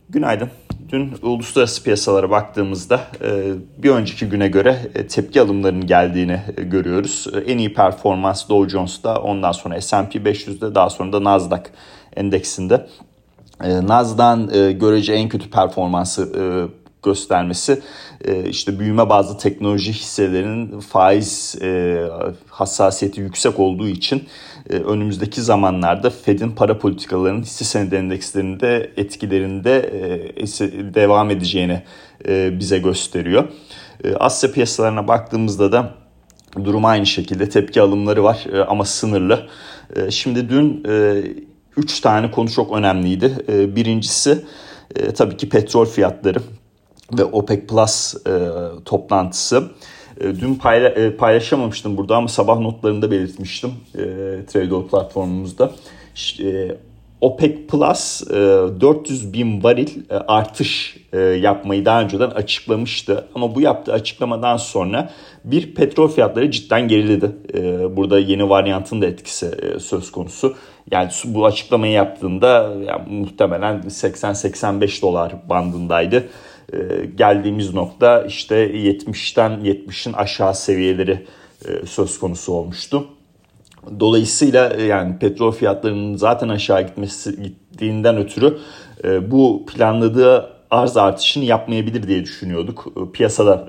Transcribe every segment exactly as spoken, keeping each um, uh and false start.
Günaydın. Dün uluslararası piyasalara baktığımızda bir önceki güne göre tepki alımlarının geldiğini görüyoruz. En iyi performans Dow Jones'ta, ondan sonra S and P beş yüzde, daha sonra da Nasdaq endeksinde. Nasdaq'ın görece en kötü performansı göstermesi, işte büyüme bazlı teknoloji hisselerinin faiz hassasiyeti yüksek olduğu için önümüzdeki zamanlarda Fed'in para politikalarının hisse senedi endekslerinde etkilerinde devam edeceğini bize gösteriyor. Asya piyasalarına baktığımızda da durum aynı şekilde, tepki alımları var ama sınırlı. Şimdi dün üç tane konu çok önemliydi. Birincisi tabii ki petrol fiyatları ve OPEC Plus toplantısı. Dün payla- paylaşamamıştım burada ama sabah notlarında belirtmiştim e, Tradeol platformumuzda. E, OPEC Plus e, dört yüz bin varil e, artış e, yapmayı daha önceden açıklamıştı. Ama bu yaptığı açıklamadan sonra bir petrol fiyatları cidden geriledi. E, burada yeni varyantın da etkisi e, söz konusu. Yani bu açıklamayı yaptığında yani, muhtemelen seksen seksen beş dolar bandındaydı. Geldiğimiz nokta işte yetmişten yetmişin aşağı seviyeleri söz konusu olmuştu. Dolayısıyla yani petrol fiyatlarının zaten aşağı gitmesi gittiğinden ötürü bu planladığı arz artışını yapmayabilir diye düşünüyorduk. Piyasada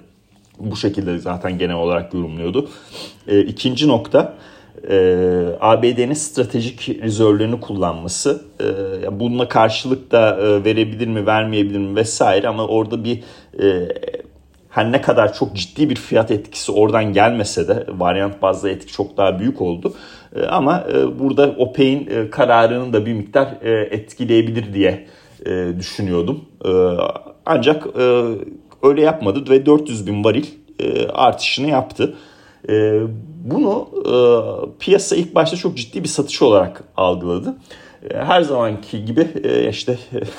bu şekilde zaten genel olarak yorumluyordu. İkinci nokta, Ee, A B D'nin stratejik rezervlerini kullanması, ee, bununla karşılık da e, verebilir mi vermeyebilir mi vesaire, ama orada bir e, her ne kadar çok ciddi bir fiyat etkisi oradan gelmese de varyant bazlı etki çok daha büyük oldu. E, ama e, burada OPEC'in e, kararının da bir miktar e, etkileyebilir diye e, düşünüyordum. E, ancak e, öyle yapmadı ve dört yüz bin varil e, artışını yaptı. E, bunu e, piyasa ilk başta çok ciddi bir satış olarak algıladı. E, her zamanki gibi e, işte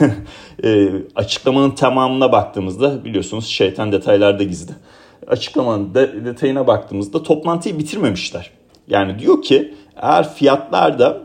e, açıklamanın tamamına baktığımızda, biliyorsunuz şeytan detaylarda gizli. Açıklamanın de, detayına baktığımızda toplantıyı bitirmemişler. Yani diyor ki eğer fiyatlarda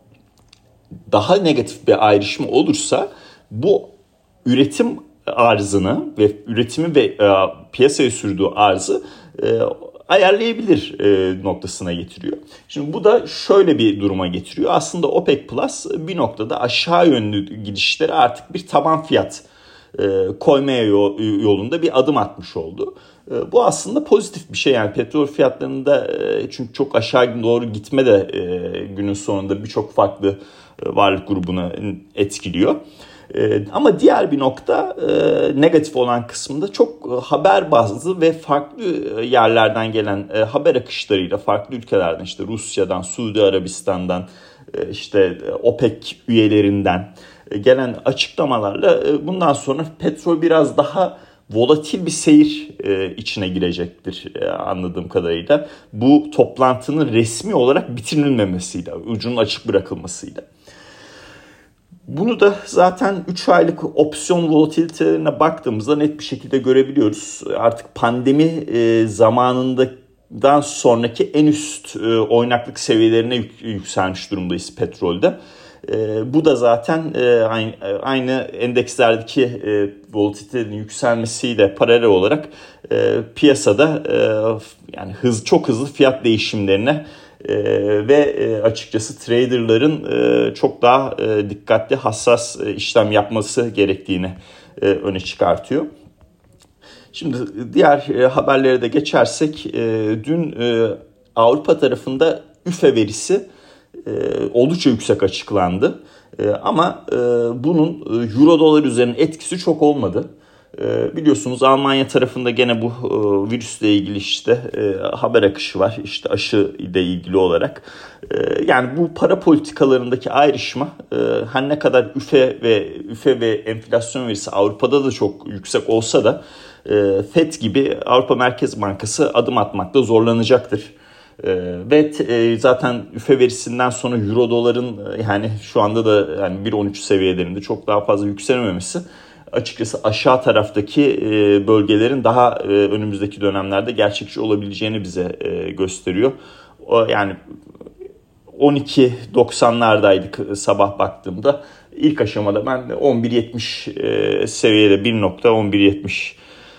daha negatif bir ayrışma olursa bu üretim arzını ve üretimi ve e, piyasaya sürdüğü arzı e, ayarlayabilir e, noktasına getiriyor. Şimdi bu da şöyle bir duruma getiriyor. Aslında OPEC Plus bir noktada aşağı yönlü gidişleri artık bir taban fiyat e, koymaya yolunda bir adım atmış oldu. E, bu aslında pozitif bir şey. Yani petrol fiyatlarında e, çünkü çok aşağı doğru gitme de e, günün sonunda birçok farklı e, varlık grubunu etkiliyor. Ee, ama diğer bir nokta, e, negatif olan kısmında çok e, haber bazlı ve farklı yerlerden gelen e, haber akışlarıyla, farklı ülkelerden, işte Rusya'dan, Suudi Arabistan'dan, e, işte OPEC üyelerinden e, gelen açıklamalarla e, bundan sonra petrol biraz daha volatil bir seyir e, içine girecektir e, anladığım kadarıyla. Bu toplantının resmi olarak bitirilmemesiyle, ucunun açık bırakılmasıyla. Bunu da zaten üç aylık opsiyon volatilitelerine baktığımızda net bir şekilde görebiliyoruz. Artık pandemi e, zamanından sonraki en üst e, oynaklık seviyelerine yük, yükselmiş durumdayız petrolde. E, bu da zaten e, aynı, aynı endekslerdeki e, volatilitenin yükselmesiyle paralel olarak e, piyasada e, yani hız çok hızlı fiyat değişimlerine Ee, ve e, açıkçası traderların e, çok daha e, dikkatli, hassas e, işlem yapması gerektiğini e, öne çıkartıyor. Şimdi diğer e, haberlere de geçersek, e, dün e, Avrupa tarafında üfe verisi e, oldukça yüksek açıklandı. E, ama e, bunun e, euro dolar üzerine etkisi çok olmadı. Biliyorsunuz Almanya tarafında gene bu e, virüsle ilgili işte e, haber akışı var, işte aşı ile ilgili olarak. E, yani bu para politikalarındaki ayrışma e, her ne kadar üfe ve üfe ve enflasyon verisi Avrupa'da da çok yüksek olsa da e, Fed gibi Avrupa Merkez Bankası adım atmakta zorlanacaktır. E, ve e, zaten üfe verisinden sonra euro doların e, yani şu anda da yani bir virgül on üç seviyelerinde çok daha fazla yükselmemesi açıkçası aşağı taraftaki bölgelerin daha önümüzdeki dönemlerde gerçekçi olabileceğini bize gösteriyor. Yani on iki doksanlardaydık sabah baktığımda. ilk aşamada ben on bir yetmiş e, seviyede bir nokta on bir yetmiş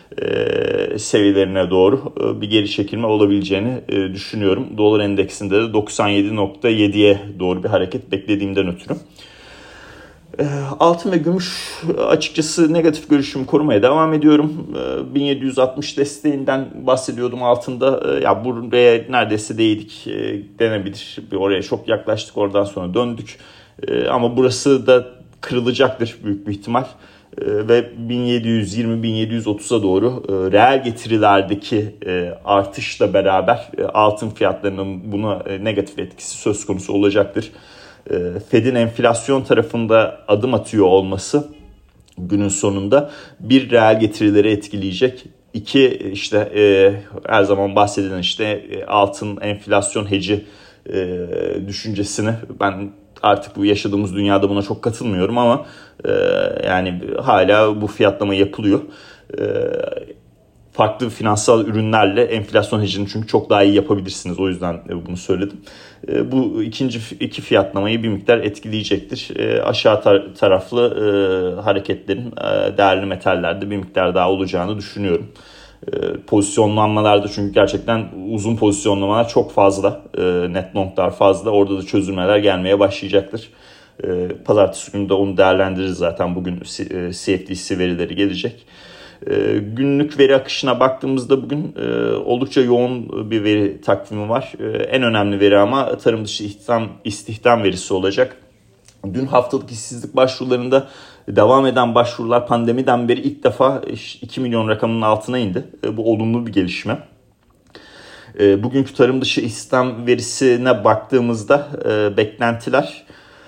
e, seviyelerine doğru e, bir geri çekilme olabileceğini e, düşünüyorum. Dolar endeksinde de doksan yedi nokta yediye doğru bir hareket beklediğimden ötürü. Altın ve gümüş açıkçası negatif görüşümü korumaya devam ediyorum. bin yedi yüz altmış desteğinden bahsediyordum altında. Ya buraya neredeyse değdik denebilir. Bir oraya çok yaklaştık, oradan sonra döndük. Ama burası da kırılacaktır büyük bir ihtimal. Ve bin yedi yüz yirmi bin yedi yüz otuza doğru reel getirilerdeki artışla beraber altın fiyatlarının buna negatif etkisi söz konusu olacaktır. Fed'in enflasyon tarafında adım atıyor olması günün sonunda bir reel getirileri etkileyecek. İki işte e, her zaman bahsedilen işte e, altın enflasyon hedge'i e, düşüncesini ben artık bu yaşadığımız dünyada buna çok katılmıyorum ama e, yani hala bu fiyatlama yapılıyor. E, Farklı finansal ürünlerle enflasyon hedge'ini çünkü çok daha iyi yapabilirsiniz. O yüzden bunu söyledim. Bu ikinci iki fiyatlamayı bir miktar etkileyecektir. Aşağı tar- taraflı e, hareketlerin e, değerli metallerde bir miktar daha olacağını düşünüyorum. E, pozisyonlanmalarda çünkü gerçekten uzun pozisyonlamalar çok fazla. E, net longlar fazla. Orada da çözülmeler gelmeye başlayacaktır. E, Pazartesi günü de onu değerlendiririz zaten. Bugün C F D C verileri gelecek. E, günlük veri akışına baktığımızda bugün e, oldukça yoğun bir veri takvimi var. E, en önemli veri ama tarım dışı istihdam, istihdam verisi olacak. Dün haftalık işsizlik başvurularında devam eden başvurular pandemiden beri ilk defa iki milyon rakamının altına indi. E, bu olumlu bir gelişme. E, bugünkü tarım dışı istihdam verisine baktığımızda e, beklentiler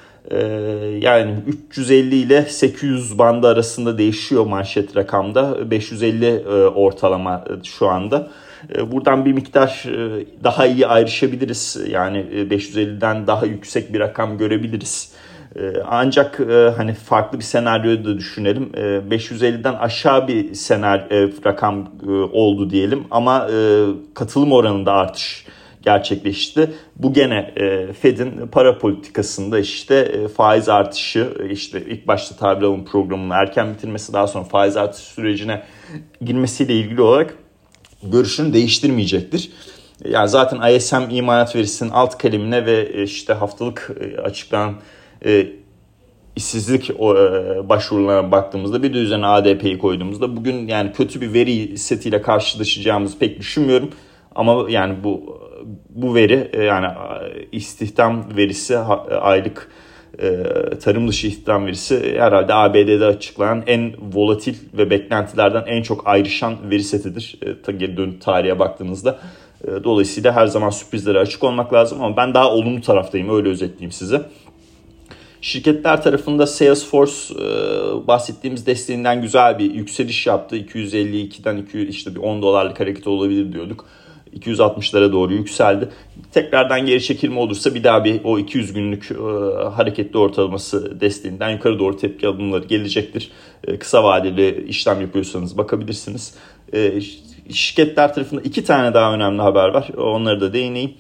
yani üç yüz elli ile sekiz yüz bandı arasında değişiyor manşet rakamda. beş yüz elli ortalama şu anda. Buradan bir miktar daha iyi ayrışabiliriz. Yani beş yüz elliden daha yüksek bir rakam görebiliriz. Ancak hani farklı bir senaryoyu da düşünelim. beş yüz elliden aşağı bir senaryo rakam oldu diyelim ama katılım oranında artış gerçekleşti. Bu gene e, Fed'in para politikasında işte e, faiz artışı, işte ilk başta tahvil alım programının erken bitirmesi, daha sonra faiz artış sürecine girmesiyle ilgili olarak görüşünü değiştirmeyecektir. Yani zaten I S M imalat verisinin alt kalemine ve işte haftalık açıklanan e, işsizlik e, başvurularına baktığımızda bir de üzerine A D P'yi koyduğumuzda bugün yani kötü bir veri setiyle karşılaşacağımızı pek düşünmüyorum. Ama yani bu bu veri yani istihdam verisi, aylık tarım dışı istihdam verisi herhalde A B D'de açıklanan en volatil ve beklentilerden en çok ayrışan veri setidir. Geri dönüp tarihe baktığınızda. Dolayısıyla her zaman sürprizlere açık olmak lazım ama ben daha olumlu taraftayım, öyle özetleyeyim size. Şirketler tarafında Salesforce bahsettiğimiz desteğinden güzel bir yükseliş yaptı. iki yüz elli ikiden iki yüz, işte bir on dolarlık hareket olabilir diyorduk. iki yüz altmışlara doğru yükseldi. Tekrardan geri çekilme olursa bir daha bir o iki yüz günlük hareketli ortalaması desteğinden yukarı doğru tepki alımları gelecektir. Kısa vadeli işlem yapıyorsanız bakabilirsiniz. Şirketler tarafında iki tane daha önemli haber var. Onları da değineyim.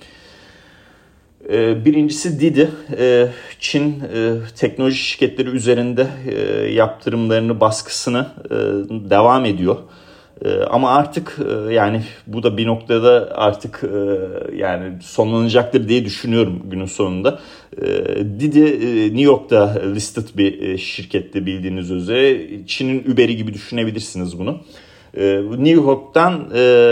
Birincisi Didi, Çin teknoloji şirketleri üzerinde yaptırımlarını, baskısını devam ediyor. Ama artık yani bu da bir noktada artık yani sonlanacaktır diye düşünüyorum günün sonunda. Didi New York'ta listed bir şirketti bildiğiniz üzere. Çin'in Uber'i gibi düşünebilirsiniz bunu. New York'tan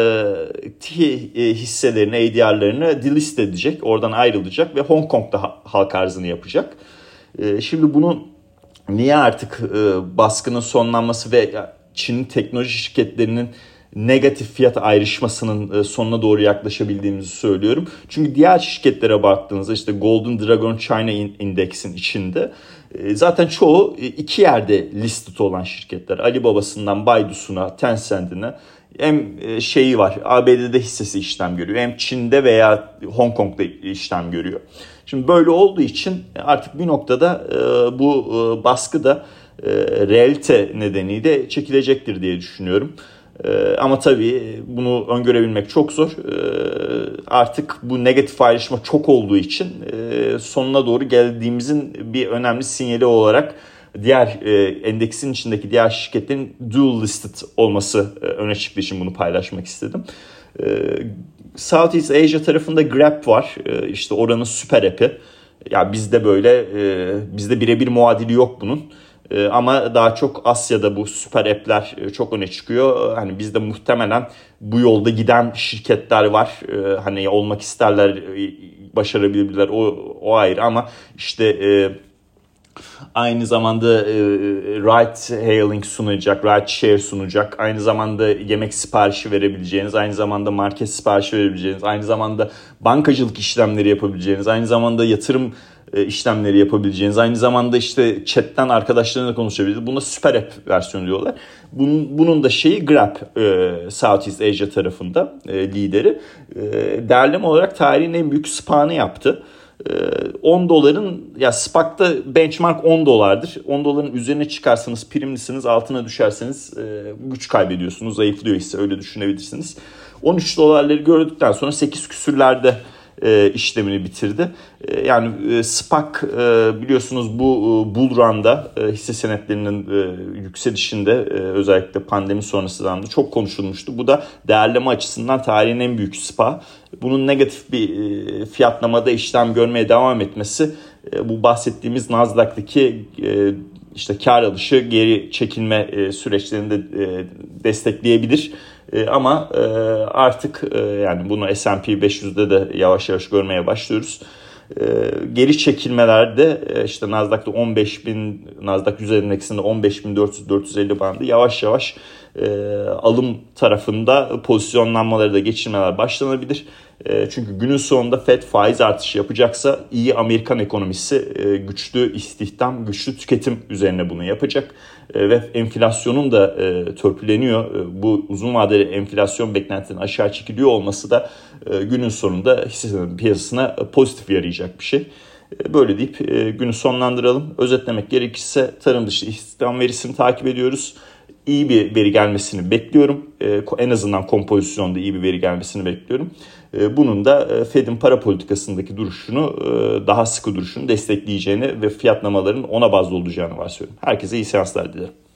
hisselerini, A D R'larını delist edecek, oradan ayrılacak ve Hong Kong'da halk arzını yapacak. Şimdi bunu niye artık baskının sonlanması ve Çin'in teknoloji şirketlerinin negatif fiyat ayrışmasının sonuna doğru yaklaşabildiğimizi söylüyorum. Çünkü diğer şirketlere baktığınızda işte Golden Dragon China Index'in içinde zaten çoğu iki yerde listed olan şirketler. Alibaba'sından Baidu'suna, Tencent'ine hem şeyi var, A B D'de hissesi işlem görüyor, hem Çin'de veya Hong Kong'da işlem görüyor. Şimdi böyle olduğu için artık bir noktada bu baskı da realite nedeniyle çekilecektir diye düşünüyorum. Ee, ama tabii bunu öngörebilmek çok zor. Ee, artık bu negatif ayrışma çok olduğu için e, sonuna doğru geldiğimizin bir önemli sinyali olarak diğer e, endeksin içindeki diğer şirketlerin dual listed olması e, öne çıktığı için bunu paylaşmak istedim. E, Southeast Asia tarafında Grab var. E, işte oranın süper app'i. Ya bizde böyle e, bizde birebir muadili yok bunun. E, ama daha çok Asya'da bu süper app'ler e, çok öne çıkıyor. Hani bizde muhtemelen bu yolda giden şirketler var. E, hani olmak isterler, e, başarabilirler, o o ayrı, ama işte e, aynı zamanda e, ride hailing sunacak, ride share sunacak. Aynı zamanda yemek siparişi verebileceğiniz, aynı zamanda market siparişi verebileceğiniz, aynı zamanda bankacılık işlemleri yapabileceğiniz, aynı zamanda yatırım e, işlemleri yapabileceğiniz, aynı zamanda işte chatten arkadaşlarınızla konuşabileceğiniz. Buna süper app versiyonu diyorlar. Bunun, bunun da şeyi Grab, e, Southeast Asia tarafında e, lideri. E, değerleme olarak tarihin en büyük SPA'nı yaptı. on doların, ya SPAC'ta benchmark on dolardır. on doların üzerine çıkarsanız primlisiniz, altına düşerseniz e, güç kaybediyorsunuz, zayıflıyor hisse, öyle düşünebilirsiniz. on üç dolarları gördükten sonra sekiz küsürlerde e, işlemini bitirdi. E, yani e, SPAC e, biliyorsunuz bu e, bull run'da e, hisse senetlerinin e, yükselişinde e, özellikle pandemi sonrası zamanda çok konuşulmuştu. Bu da değerleme açısından tarihin en büyük SPA. Bunun negatif bir e, fiyatlamada işlem görmeye devam etmesi e, bu bahsettiğimiz Nasdaq'taki e, işte kar alışı, geri çekilme e, süreçlerini de e, destekleyebilir. E, ama e, artık e, yani bunu S and P beş yüzde de yavaş yavaş görmeye başlıyoruz. E, geri çekilmelerde e, işte Nasdaq'ta on beş bin, Nasdaq yüz endeksinde on beş bin dört yüz dört yüz elli bandı yavaş yavaş e, alım tarafında pozisyonlanmaları da geçirmeler başlanabilir. E, çünkü günün sonunda Fed faiz artışı yapacaksa iyi Amerikan ekonomisi e, güçlü istihdam, güçlü tüketim üzerine bunu yapacak. E, ve enflasyonun da e, törpüleniyor. E, bu uzun vadeli enflasyon beklentilerinin aşağı çekiliyor olması da e, günün sonunda hisse piyasasına pozitif yarayacak bir şey. E, böyle deyip e, günü sonlandıralım. Özetlemek gerekirse tarım dışı istihdam verisini takip ediyoruz. İyi bir veri gelmesini bekliyorum. Ee, en azından kompozisyonda iyi bir veri gelmesini bekliyorum. Ee, bunun da Fed'in para politikasındaki duruşunu, daha sıkı duruşunu destekleyeceğini ve fiyatlamaların ona bazlı olacağını varsayıyorum. Herkese iyi seanslar dilerim.